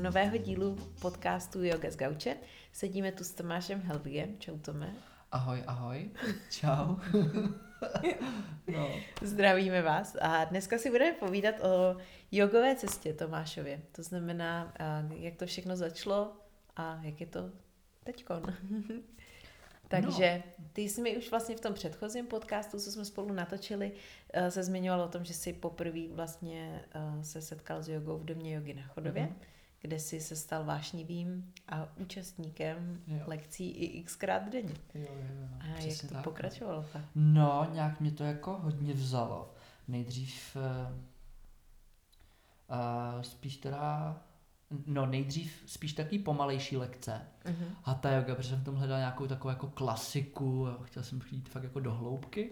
nového dílu podcastu Yoga z gauče. Sedíme tu s Tomášem Helbigem. Čau, Tome. Ahoj, ahoj. Čau. No. Zdravíme vás a dneska si budeme povídat o jogové cestě Tomášově. To znamená, jak to všechno začalo a jak je to teďkon. Takže ty jsi mi už vlastně v tom předchozím podcastu, co jsme spolu natočili, se zmiňoval o tom, že jsi poprvé vlastně se setkal s jogou v domě jogy na Chodově, kde jsi se stal vášnivým a účastníkem lekcí i xkrát denně. Jo, a jak to tak pokračovalo? No, nějak mě to jako hodně vzalo. Nejdřív nejdřív spíš taky pomalejší lekce. Hatha yoga, protože jsem v tom hledal nějakou takovou jako klasiku, chtěl jsem jít fakt jako do hloubky.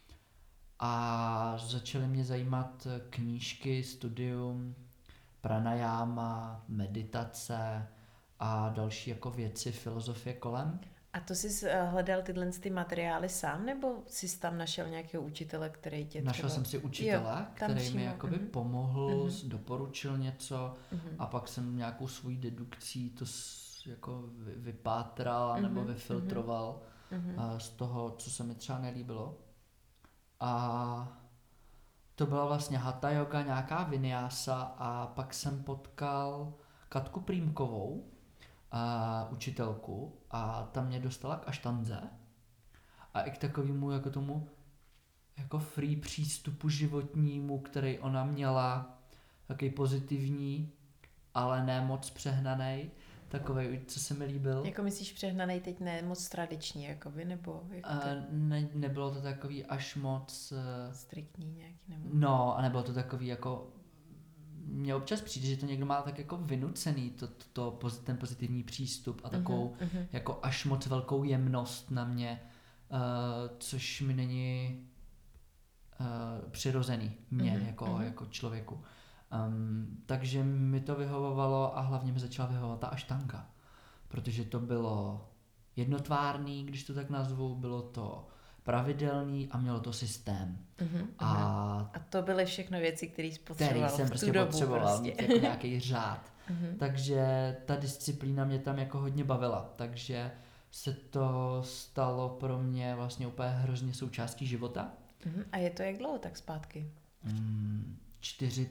A začaly mě zajímat knížky, studium, pranayama, meditace a další jako věci, filozofie kolem. A to jsi hledal tyhle materiály sám, nebo jsi tam našel nějakého učitele, který tě Našel jsem si učitele, který mi jakoby pomohl, doporučil něco a pak jsem nějakou svojí dedukcí to jako vypátral nebo vyfiltroval z toho, co se mi třeba nelíbilo. A to byla vlastně hatha yoga, nějaká vinyasa a pak jsem potkal Katku Prýmkovou, učitelku, a ta mě dostala k aštanze a i k takovému jako tomu jako free přístupu životnímu, který ona měla, takový pozitivní, ale ne moc přehnanej, takovej, co se mi líbil. Jako myslíš přehnanej teď ne moc tradiční, jakoby, nebo? Jako to... Nebylo to takový až moc... striktní nějaký, nebo? No, a nebylo to takový jako... Mně občas přijde, že to někdo má tak jako vynucený, ten pozitivní přístup a takovou jako až moc velkou jemnost na mě, což mi není přirozený mě jako člověku. Takže mi to vyhovovalo a hlavně mi začala vyhovovat ta aštanga, protože to bylo jednotvárný, když to tak nazvu, bylo to pravidelný a mělo to systém. A to byly všechno věci, které jsi potřeboval jsem prostě potřeboval mít jako nějaký řád. Takže ta disciplína mě tam jako hodně bavila, takže se to stalo pro mě vlastně úplně hrozně součástí života. A je to jak dlouho tak zpátky? 4,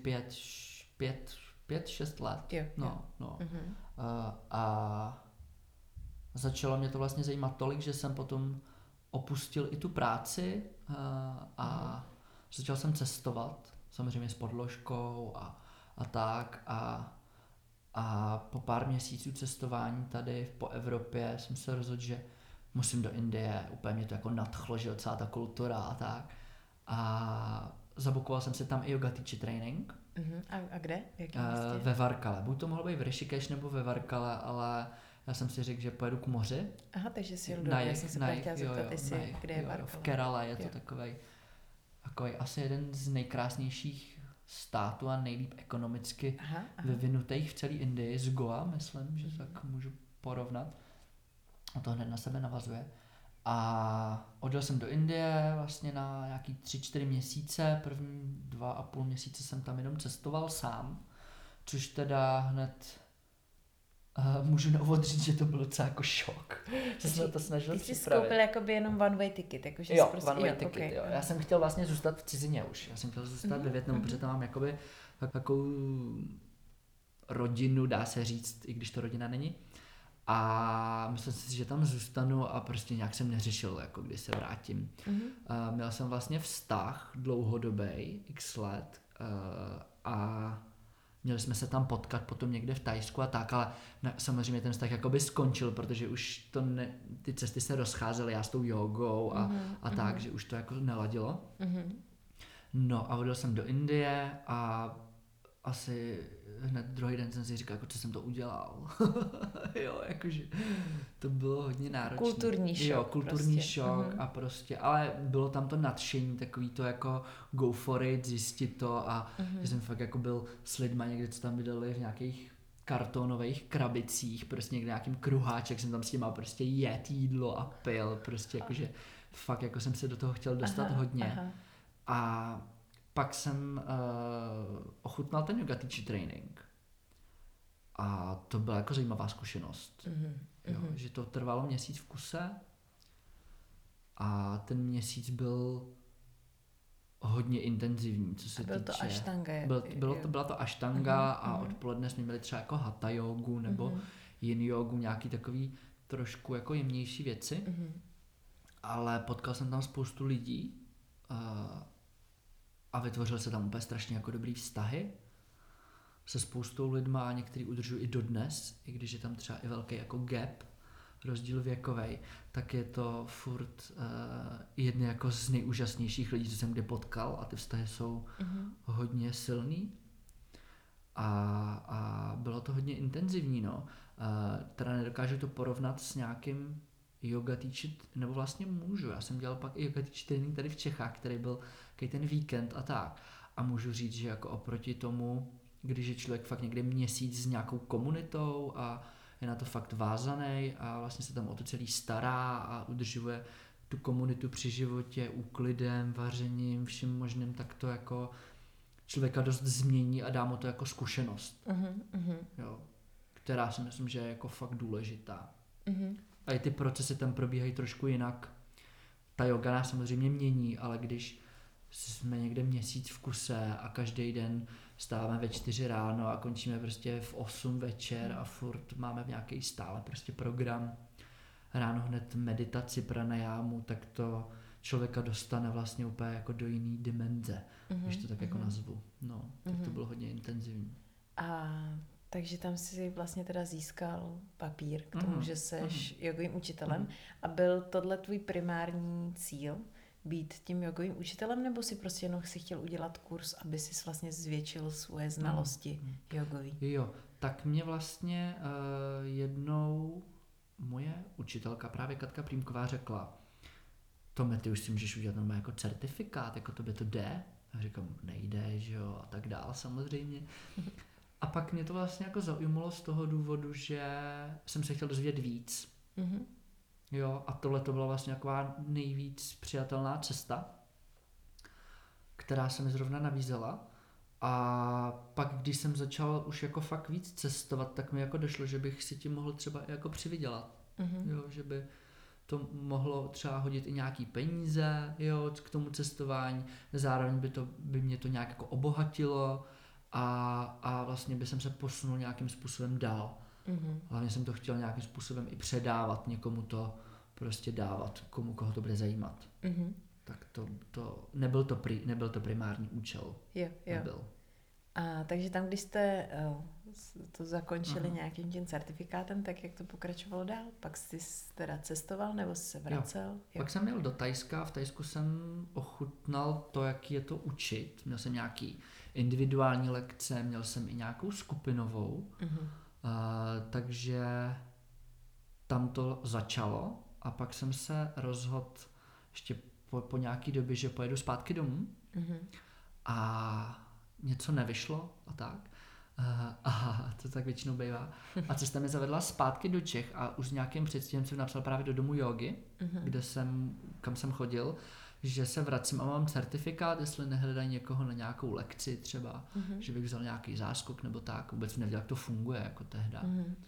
5, 6 let. Jo. No. A začalo mě to vlastně zajímat tolik, že jsem potom opustil i tu práci a začal jsem cestovat, samozřejmě s podložkou a tak a po pár měsíců cestování tady po Evropě jsem se rozhodl, že musím do Indie, úplně mě to jako nadchlo, že celá ta kultura a tak. A zabukoval jsem si tam i yoga teacher training. A kde? Ve Varkale. Buď to mohlo být v Rishikesh nebo ve Varkale, ale já jsem si řekl, že pojedu k moři. Aha, takže si jdu já jsem se chtěla zeptat, kde je Varkale. V Kerala je to takový asi jeden z nejkrásnějších států a nejlíp ekonomicky vyvinutých v celé Indii, z Goa, myslím, že tak můžu porovnat. A to hned na sebe navazuje. A odjel jsem do Indie vlastně na nějaký 3-4 měsíce, první 2,5 měsíce jsem tam jenom cestoval sám, což teda hned můžu na úvod říct, že to byl docela jako šok. Že jsem to snažil připravit. Ty jsi skoupil jakoby jenom one way ticket. Jakože jo, prostě, one way ticket, okay. Jo. Já jsem chtěl vlastně zůstat v cizině už. Já jsem chtěl zůstat ve Vietnamu, protože tam mám jakoby takovou rodinu, dá se říct, i když to rodina není. A myslel jsem si, že tam zůstanu a prostě nějak jsem neřešil, jako kdy se vrátím. Měl jsem vlastně vztah dlouhodobý, x let, a měli jsme se tam potkat potom někde v Thajsku a tak, ale samozřejmě ten vztah jakoby skončil, protože už ty cesty se rozcházely, já s tou jogou a tak, že už to jako neladilo. No a odjel jsem do Indie a asi hned druhý den jsem si říkal, jako co jsem to udělal. Jo, jakože to bylo hodně náročné. Kulturní šok. Jo, kulturní šok a prostě, ale bylo tam to nadšení, takový to jako go for it, zjistit to a že jsem fakt jako byl s lidma někde, co tam vydali v nějakých kartonových krabicích, prostě někde nějakým kruháček, jsem tam s tím mal prostě jet jídlo a pil, prostě jakože fakt jako jsem se do toho chtěl dostat hodně. A pak jsem ochutnal ten yoga teacher training A to byla jako zajímavá zkušenost. Jo, že to trvalo měsíc v kuse a ten měsíc byl hodně intenzivní, co se byl týče. To aštanga, Byla to aštanga a odpoledne jsme měli třeba jako hatha jogu nebo yin jogu, nějaký takový trošku jako jemnější věci. Ale potkal jsem tam spoustu lidí a vytvořil se tam úplně strašně jako dobrý vztahy se spoustou lidma, některý udržují i dodnes, i když je tam třeba i velký jako gap, rozdíl věkovej, tak je to furt jedny jako z nejúžasnějších lidí, co jsem kdy potkal a ty vztahy jsou hodně silný a bylo to hodně intenzivní, no. Teda nedokážu to porovnat s nějakým yoga teacher, nebo vlastně můžu, já jsem dělal pak i yoga teacher training tady v Čechách, který byl ten víkend a tak a můžu říct, že jako oproti tomu, když je člověk fakt někde měsíc s nějakou komunitou a je na to fakt vázaný a vlastně se tam o to celý stará a udržuje tu komunitu při životě, úklidem, vařením, vším možným, tak to jako člověka dost změní a dá mu to jako zkušenost, jo, která si myslím, že je jako fakt důležitá. A i ty procesy tam probíhají trošku jinak. Ta yoga nás samozřejmě mění, ale když jsme někde měsíc v kuse a každý den vstáváme ve 4 ráno a končíme prostě v 8 večer a furt máme nějaký stále prostě program, ráno hned meditaci, pranajámu, tak to člověka dostane vlastně úplně jako do jiný dimenze, když to tak jako nazvu. No, tak to bylo hodně intenzivní. A takže tam si vlastně teda získal papír k tomu, že seš jogovým učitelem. A byl tohle tvůj primární cíl, být tím jogovým učitelem, nebo si prostě jenom si chtěl udělat kurz, aby si vlastně zvětšil svoje znalosti jogový? Jo, tak mě vlastně jednou moje učitelka, právě Katka Prýmková, řekla, Tome, ty už si můžeš udělat normálně jako certifikát, jako tobě to jde? A říkám, nejde, že jo, a tak dál samozřejmě. A pak mě to vlastně jako zaujmulo z toho důvodu, že jsem se chtěl dozvědět víc. Jo, a tohle to byla vlastně taková nejvíc přijatelná cesta, která se mi zrovna nabízela. A pak, když jsem začal už jako fakt víc cestovat, tak mi jako došlo, že bych si tím mohl třeba i jako přivydělat. Jo, že by to mohlo třeba hodit i nějaký peníze, jo, k tomu cestování. Zároveň by mě to nějak jako obohatilo a vlastně by jsem se posunul nějakým způsobem dál. Hlavně jsem to chtěl nějakým způsobem i předávat, někomu to prostě dávat, koho to bude zajímat. Tak to nebyl to primární účel. Jo. Nebyl. A takže tam, když jste to zakončili nějakým tím certifikátem, tak jak to pokračovalo dál? Pak jsi teda cestoval nebo jsi se vracel? Jo. Pak jsem jel do Thajska, v Thajsku jsem ochutnal to, jak je to učit. Měl jsem nějaký individuální lekce, měl jsem i nějakou skupinovou, takže tam to začalo a pak jsem se rozhodl ještě po nějaký době, že pojedu zpátky domů a něco nevyšlo a tak. A to tak většinou bývá. A cesta mi zavedla zpátky do Čech a už s nějakým předstihem jsem napsal právě do domu jógy, kam jsem chodil, že se vracím a mám certifikát, jestli nehledají někoho na nějakou lekci třeba, že bych vzal nějaký záskok nebo tak, vůbec nevěděl, jak to funguje jako tehda.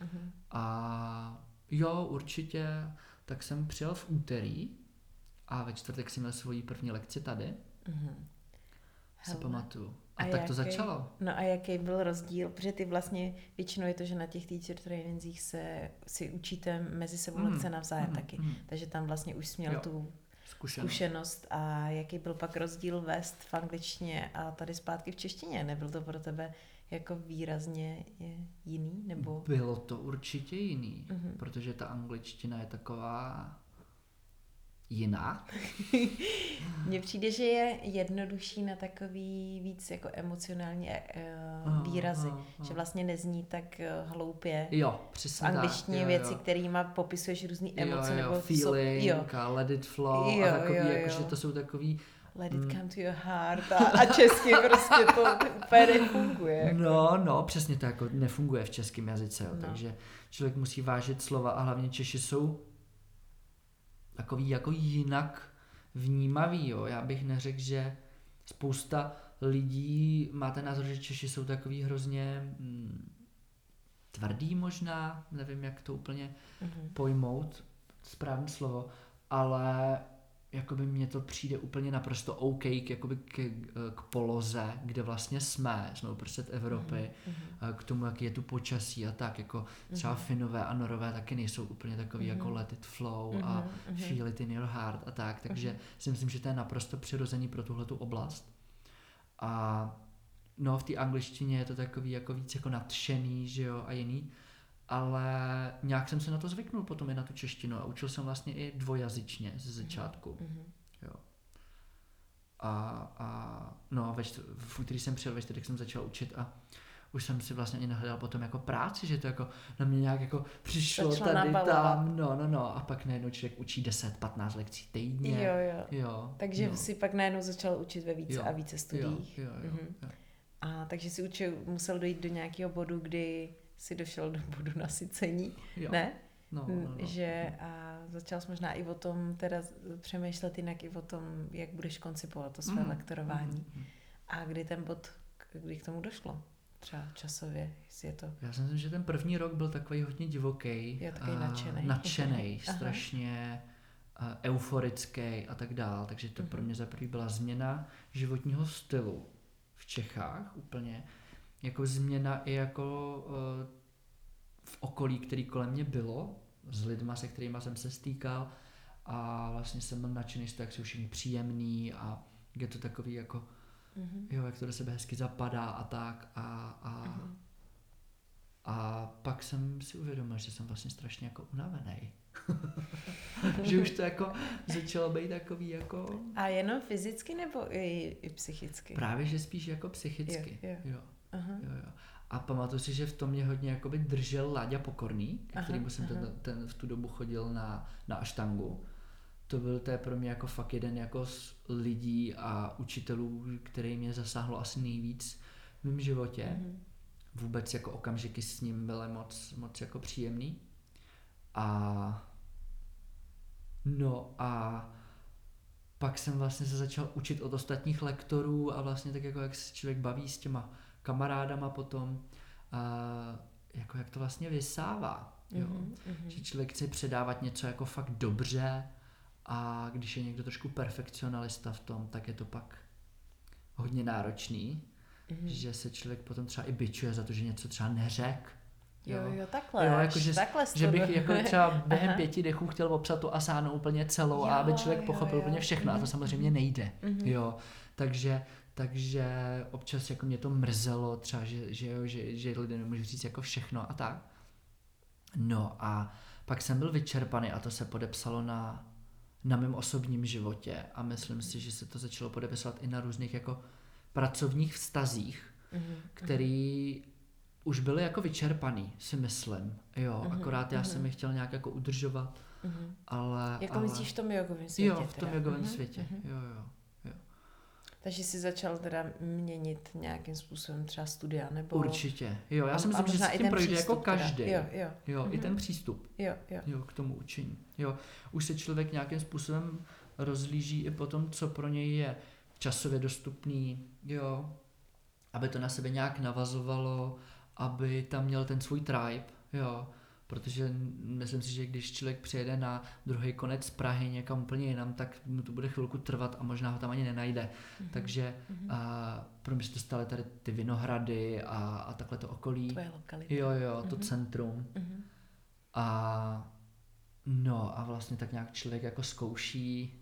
A jo, určitě, tak jsem přijel v úterý a ve čtvrtek jsem měl svoji první lekci tady. Se pamatuju. A tak to začalo. No a jaký byl rozdíl? Protože ty vlastně většinou je to, že na těch teacher trainingsích si učíte mezi sebou lekce navzájem taky. Takže tam vlastně už jsi měl tu zkušenost. A jaký byl pak rozdíl vést v angličtině a tady zpátky v češtině? Nebyl to pro tebe jako výrazně jiný? Nebo? Bylo to určitě jiný, protože ta angličtina je taková jiná. Mně přijde, že je jednodušší na takový víc jako emocionální výrazy, že vlastně nezní tak hloupě. Jo, přesně v angličtině věci, kterýma popisuješ různý emoce. Nebo feeling a let it flow a takový, jakože to jsou takový let it come to your heart a česky prostě to úplně nefunguje. Jako. No, přesně to jako nefunguje v českém jazyce, jo, takže člověk musí vážit slova a hlavně Češi jsou takový jako jinak vnímavý, jo. Já bych neřekl, že spousta lidí má ten názor, že Češi jsou takový hrozně tvrdý možná, nevím, jak to úplně pojmout, správné slovo, ale jakoby mně to přijde úplně naprosto OK k poloze, kde vlastně jsme uprostřed Evropy, k tomu, jak je tu počasí a tak, jako třeba Finové a Norové taky nejsou úplně takový jako let it flow a feel it in your heart a tak, takže si myslím, že to je naprosto přirozený pro tuhletu oblast. A no, v té angličtině je to takový jako víc jako nadšený, že jo, a jiný, ale nějak jsem se na to zvyknul potom i na tu češtinu a učil jsem vlastně i dvojazyčně ze začátku. Jo. A no, v úterý jsem přijel, ve čtvrtek jsem začal učit a už jsem si vlastně i nahledal potom jako práci, že to jako na mě nějak jako přišlo tady tam, no a pak najednou člověk učí 10-15 lekcí týdně. Jo. Takže si pak najednou začal učit ve více a více studiích. Jo. A takže si musel dojít do nějakého bodu, kdy si došel do bodu nasycení, ne? No. Že a začal jsi možná i o tom teda přemýšlet jinak i o tom, jak budeš koncipovat to své lektorování. A kdy ten bod, kdy k tomu došlo? Třeba časově, jestli je to... Já si myslím, že ten první rok byl takový hodně divoký. Jo, takový nadšenej, strašně euforický a tak dál. Takže to pro mě za první byla změna životního stylu v Čechách úplně. Jako změna i jako v okolí, který kolem mě bylo, s lidma, se kterými jsem se stýkal a vlastně jsem byl nadšený z toho, jak jsou všichni příjemný a je to takový jako jo, jak to do sebe hezky zapadá a tak a pak jsem si uvědomil, že jsem vlastně strašně jako unavený. Že už to jako začalo být takový jako... A jenom fyzicky nebo i psychicky? Právě, že spíš jako psychicky. Jo. A pamatuju si, že v tom mě hodně jakoby držel Láďa Pokorný, kterýmu jsem ten v tu dobu chodil na aštangu. To je pro mě jako fakt jeden jako z lidí a učitelů, který mě zasáhlo asi nejvíc v mém životě. Vůbec jako okamžiky s ním byly moc jako příjemný. A pak jsem vlastně se začal učit od ostatních lektorů a vlastně tak jako jak se člověk baví s těma kamarádama potom, jako jak to vlastně vysává. Jo? Že člověk chce předávat něco jako fakt dobře a když je někdo trošku perfekcionalista v tom, tak je to pak hodně náročný, že se člověk potom třeba i bičuje za to, že něco třeba neřekl. Jo, takhle. Jo, jako že bych jako třeba během 5 dechů chtěl obsat tu asánu úplně celou a aby člověk pochopil úplně všechno a to samozřejmě nejde. Jo, takže občas jako mě to mrzelo třeba, že lidé nemůžu říct jako všechno a tak. No a pak jsem byl vyčerpaný a to se podepsalo na mém osobním životě a myslím si, že se to začalo podepisovat i na různých jako pracovních vztazích, který už byly jako vyčerpaný, si myslím. Jo, akorát já jsem je chtěl nějak jako udržovat, ale... myslíš v tom jogovém světě? Jo, v tom jogovém světě, jo. Takže jsi začal teda měnit nějakým způsobem třeba studia, nebo... Určitě, jo, já si myslím, že s tím projde jako každý. Jo, i ten přístup. Jo, k tomu učení. Jo, už se člověk nějakým způsobem rozlíží i po tom, co pro něj je časově dostupný, jo, aby to na sebe nějak navazovalo, aby tam měl ten svůj tribe, jo, protože myslím si, že když člověk přijede na druhý konec Prahy někam úplně jinam, tak mu to bude chvilku trvat a možná ho tam ani nenajde. Takže pro mě se to stále tady ty Vinohrady a takhle to okolí. Tvoje lokality. Jo, to centrum. A vlastně tak nějak člověk jako zkouší,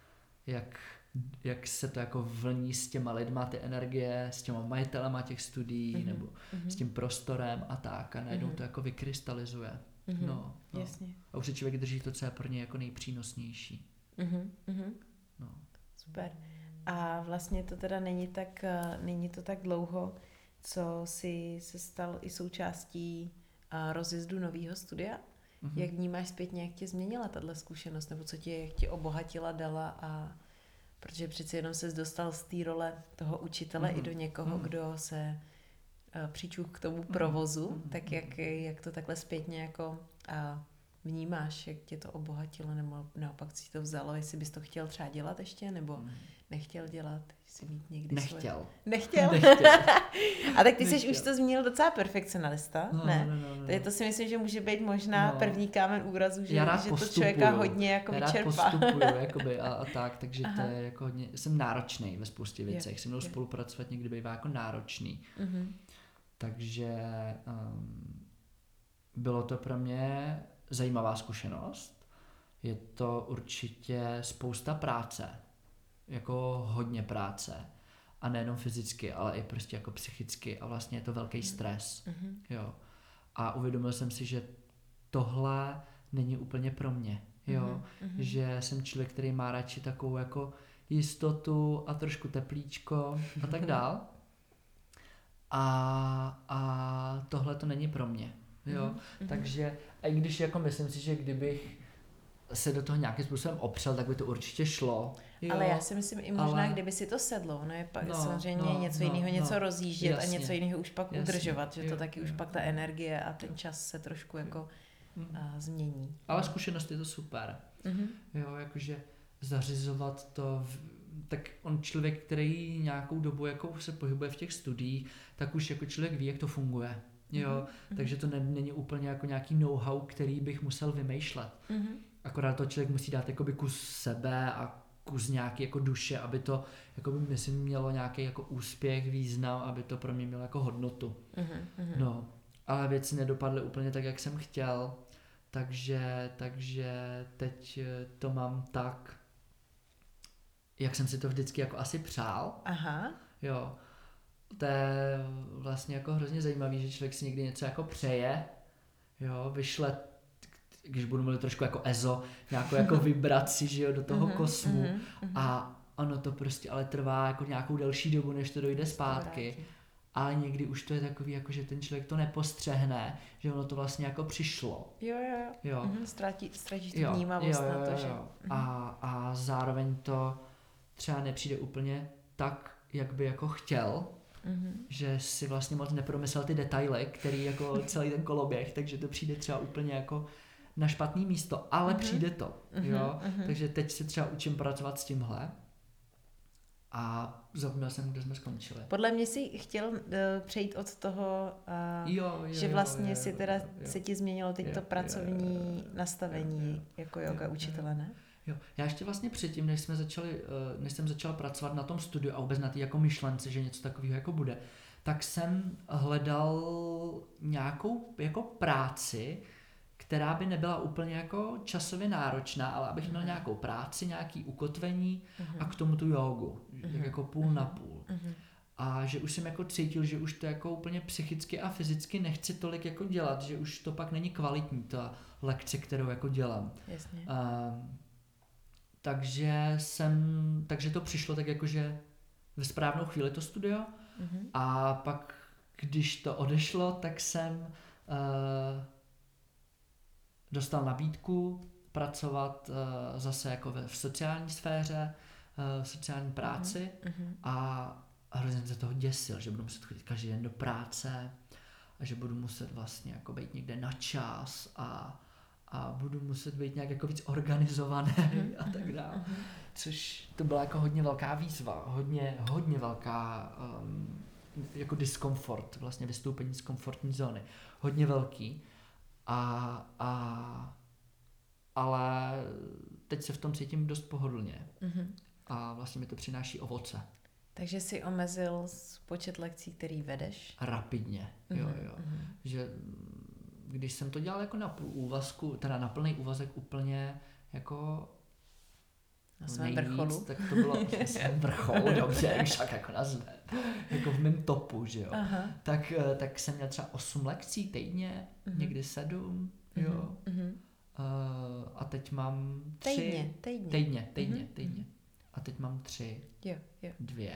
jak se to jako vlní s těma lidma, ty energie, s těma majitelema těch studií, nebo s tím prostorem a tak a najednou to jako vykrystalizuje. No. Jasně. A už se člověk drží to, co je pro ně jako nejpřínosnější. No. Super. A vlastně to teda není to tak dlouho, co jsi se stal i součástí rozjezdu nového studia. Jak vnímáš zpětně, jak tě změnila tato zkušenost, nebo jak tě obohatila, dala protože přeci jenom ses dostal z té role toho učitele i do někoho, kdo se přičuch k tomu provozu, tak jak to takhle zpětně jako vnímáš, jak tě to obohatilo, nebo naopak si to vzalo, jestli bys to chtěl třeba dělat ještě, nebo nechtěl dělat, jestli mít někdy Nechtěl. Nechtěl? A tak ty jsi už to zmínil docela perfekcionalista, ne? No. Takže to si myslím, že může být možná první kámen úrazu, že to člověka hodně jako vyčerpá. Já rád postupuju, jakoby, a tak, takže to je jako hodně, jsem náročný ve spoustě věcech, se mnou spolupracovat někdy bývá jako náročný. Takže bylo to pro mě zajímavá zkušenost, je to určitě spousta práce, jako hodně práce a nejenom fyzicky, ale i prostě jako psychicky a vlastně je to velký stres, jo. A uvědomil jsem si, že tohle není úplně pro mě, jo, že jsem člověk, který má radši takovou jako jistotu a trošku teplíčko a tak dál. A tohle to není pro mě, jo, takže a i když jako myslím si, že kdybych se do toho nějakým způsobem opřel, tak by to určitě šlo. Jo, ale já si myslím i možná, kdyby si to sedlo, no je pak samozřejmě něco jiného, něco rozjíždět a něco jiného už pak udržovat, že to taky už pak ta energie a ten čas se trošku jako změní. Ale zkušenost je to super. Jo, jakože zařizovat to, tak on člověk, který nějakou dobu jako se pohybuje v těch studiích, tak už jako člověk ví, jak to funguje. Jo, takže to není úplně jako nějaký know-how, který bych musel vymýšlet. Akorát to člověk musí dát jakoby kus sebe a kus nějaký jako duše, aby to jakoby, myslím, mělo nějaký jako úspěch, význam, aby to pro mě mělo jako hodnotu. No, ale věci nedopadly úplně tak, jak jsem chtěl, takže teď to mám tak, jak jsem si to vždycky jako asi přál. Jo, to je vlastně jako hrozně zajímavý, že člověk si někdy něco jako přeje, jo, vyšle, když budu mluvit trošku jako EZO, nějakou jako vibraci, že jo, do toho kosmu a ono to prostě ale trvá jako nějakou delší dobu, než to dojde zpátky. Ale někdy už to je takový, jako že ten člověk to nepostřehne, že ono to vlastně jako přišlo. Jo. Ztratíš tu vnímavost na to, že... A zároveň to třeba nepřijde úplně tak, jak by jako chtěl, že si vlastně moc nepromyslel ty detaily, který jako celý ten koloběh, takže to přijde třeba úplně jako na špatný místo, ale přijde to, jo, takže teď se třeba učím pracovat s tímhle a zapomněl jsem, kde jsme skončili. Podle mě si chtěl přejít od toho, že vlastně si teda se ti změnilo teď to pracovní nastavení jako yoga učitele, ne? Jo, já ještě vlastně předtím, než jsem začal pracovat na tom studiu a vůbec na té jako myšlence, že něco takového jako bude, tak jsem hledal nějakou jako práci, která by nebyla úplně jako časově náročná, ale abych měl nějakou práci, nějaký ukotvení a k tomu tu jogu, jako půl na půl. A že už jsem jako cítil, že už to jako úplně psychicky a fyzicky nechci tolik jako dělat, že už to pak není kvalitní ta lekce, kterou jako dělám. Jasně. Takže to přišlo tak jakože ve správnou chvíli to studio a pak, když to odešlo, tak jsem dostal nabídku pracovat zase jako v sociální sféře, v sociální práci a hrozně jsem se toho děsil, že budu muset chodit každý den do práce a že budu muset vlastně jako být někde na čas a budu muset být nějak jako víc organizovaný a tak dále. Což to byla jako hodně velká výzva, hodně velká jako diskomfort, vlastně vystoupení z komfortní zóny. Hodně velký. Ale teď se v tom cítím dost pohodlně. A vlastně mi to přináší ovoce. Takže jsi omezil počet lekcí, který vedeš? Rapidně, jo. Že když jsem to dělal jako na půl úvazku, teda na plný úvazek úplně jako na svém vrcholu. Tak to bylo na svém vrcholu, dobře, už tak jako nazve. Jako v mém topu, že jo. Tak jsem měl třeba 8 lekcí týdně, někdy 7, jo. A teď mám 3. Týdně. A teď mám 3. Jo. 2.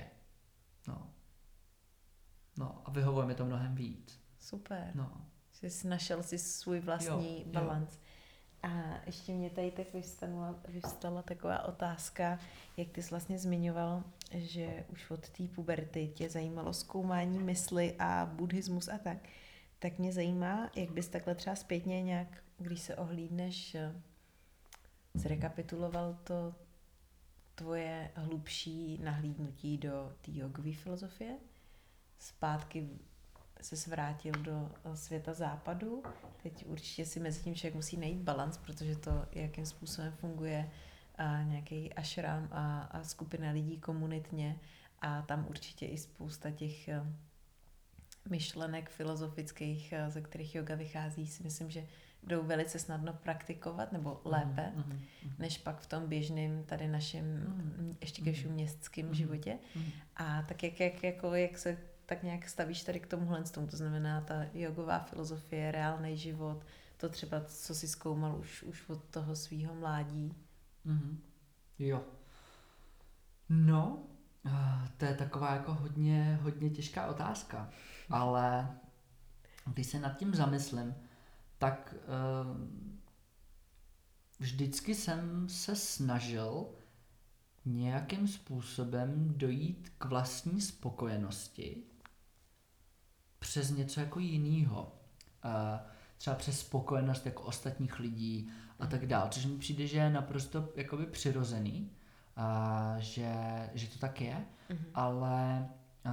No a vyhovuje mi to mnohem víc. Super. No. Jsi našel si svůj vlastní balanc. A ještě mě tady tak vyvstala taková otázka, jak ty jsi vlastně zmiňoval, že už od té puberty tě zajímalo zkoumání mysli a buddhismus a tak. Tak mě zajímá, jak bys takhle třeba zpětně nějak když se ohlídneš, zrekapituloval to tvoje hlubší nahlídnutí do té jogové filozofie? Zpátky se svrátil do světa západu. Teď určitě si mezi tím člověk musí najít balans, protože to, jakým způsobem funguje nějaký ashram a skupina lidí komunitně a tam určitě i spousta těch myšlenek filozofických, ze kterých yoga vychází, si myslím, že jdou velice snadno praktikovat, nebo lépe, než pak v tom běžném tady našem ještě kežu městském životě. A tak jak se tak nějak stavíš tady k tomuhle, to znamená ta jogová filozofie, reálný život, to třeba, co jsi zkoumal už od toho svýho mládí. Jo. No, to je taková jako hodně těžká otázka, ale když se nad tím zamyslím, tak vždycky jsem se snažil nějakým způsobem dojít k vlastní spokojenosti přes něco jako jinýho. Třeba přes spokojenost jako ostatních lidí a tak dále, což mi přijde, že je naprosto jakoby přirozený, že to tak je, ale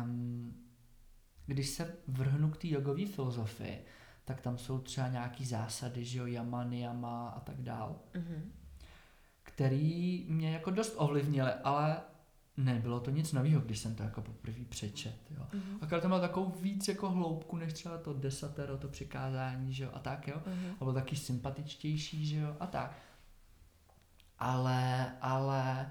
když se vrhnu k té jogové filozofii, tak tam jsou třeba nějaký zásady, že jo, yama, niyama a tak dál, který mě jako dost ovlivnily, ale nebylo to nic nového, když jsem to jako poprvé přečet, jo. Akorát to má takovou víc jako hloubku, než třeba to desatero, to přikázání, že jo, a tak, jo. A bylo taky sympatičtější, že jo, a tak. Ale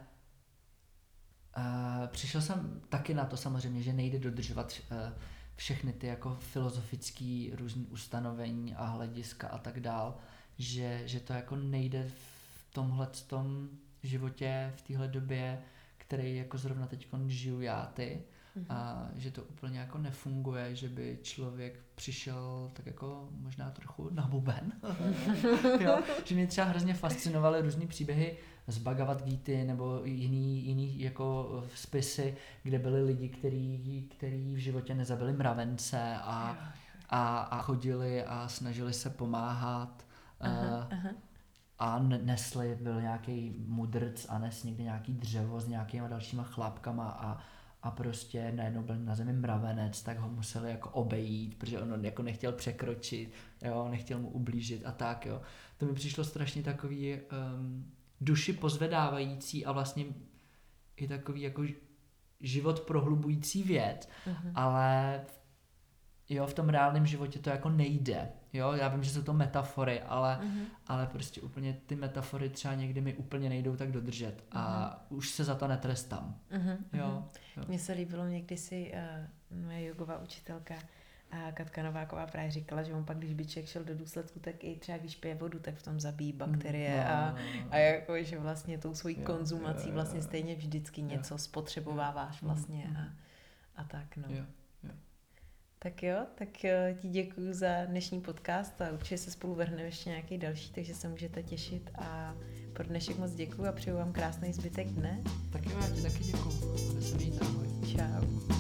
přišel jsem taky na to samozřejmě, že nejde dodržovat všechny ty jako filozofický různý ustanovení a hlediska a tak dál, že to jako nejde v tomhletom životě, v téhle době, který jako zrovna teď žiju já ty, a že to úplně jako nefunguje, že by člověk přišel tak jako možná trochu na buben. Jo? Že mě třeba hrozně fascinovaly různý příběhy z Bhagavad Gity nebo jiný jako spisy, kde byli lidi, kteří v životě nezabili mravence a chodili a snažili se pomáhat. A nesli, byl nějaký mudrc a nes někde nějaký dřevo s nějakýma dalšíma chlápkama a prostě najednou byl na zemi mravenec, tak ho museli jako obejít, protože on jako nechtěl překročit, jo, nechtěl mu ublížit a tak, jo. To mi přišlo strašně takový duši pozvedávající a vlastně i takový jako život prohlubující věc, ale jo, v tom reálném životě to jako nejde. Jo, já vím, že jsou to metafory, ale prostě úplně ty metafory třeba někdy mi úplně nejdou tak dodržet a už se za to netrestám. Jo. Mně se líbilo někdy si moje jogová učitelka Katka Nováková právě říkala, že on pak, když by člověk šel do důsledku, tak i třeba když pije vodu, tak v tom zabíjí bakterie a jako, že vlastně tou svojí konzumací vlastně stejně vždycky něco spotřebováváš vlastně a tak, no. Jo. Tak jo, tak ti děkuju za dnešní podcast a určitě se spolu vrhneme ještě nějaký další, takže se můžete těšit a pro dnešek moc děkuju a přeju vám krásný zbytek dne. Tak jo, já ti taky děkuju. Ahoj. Čau.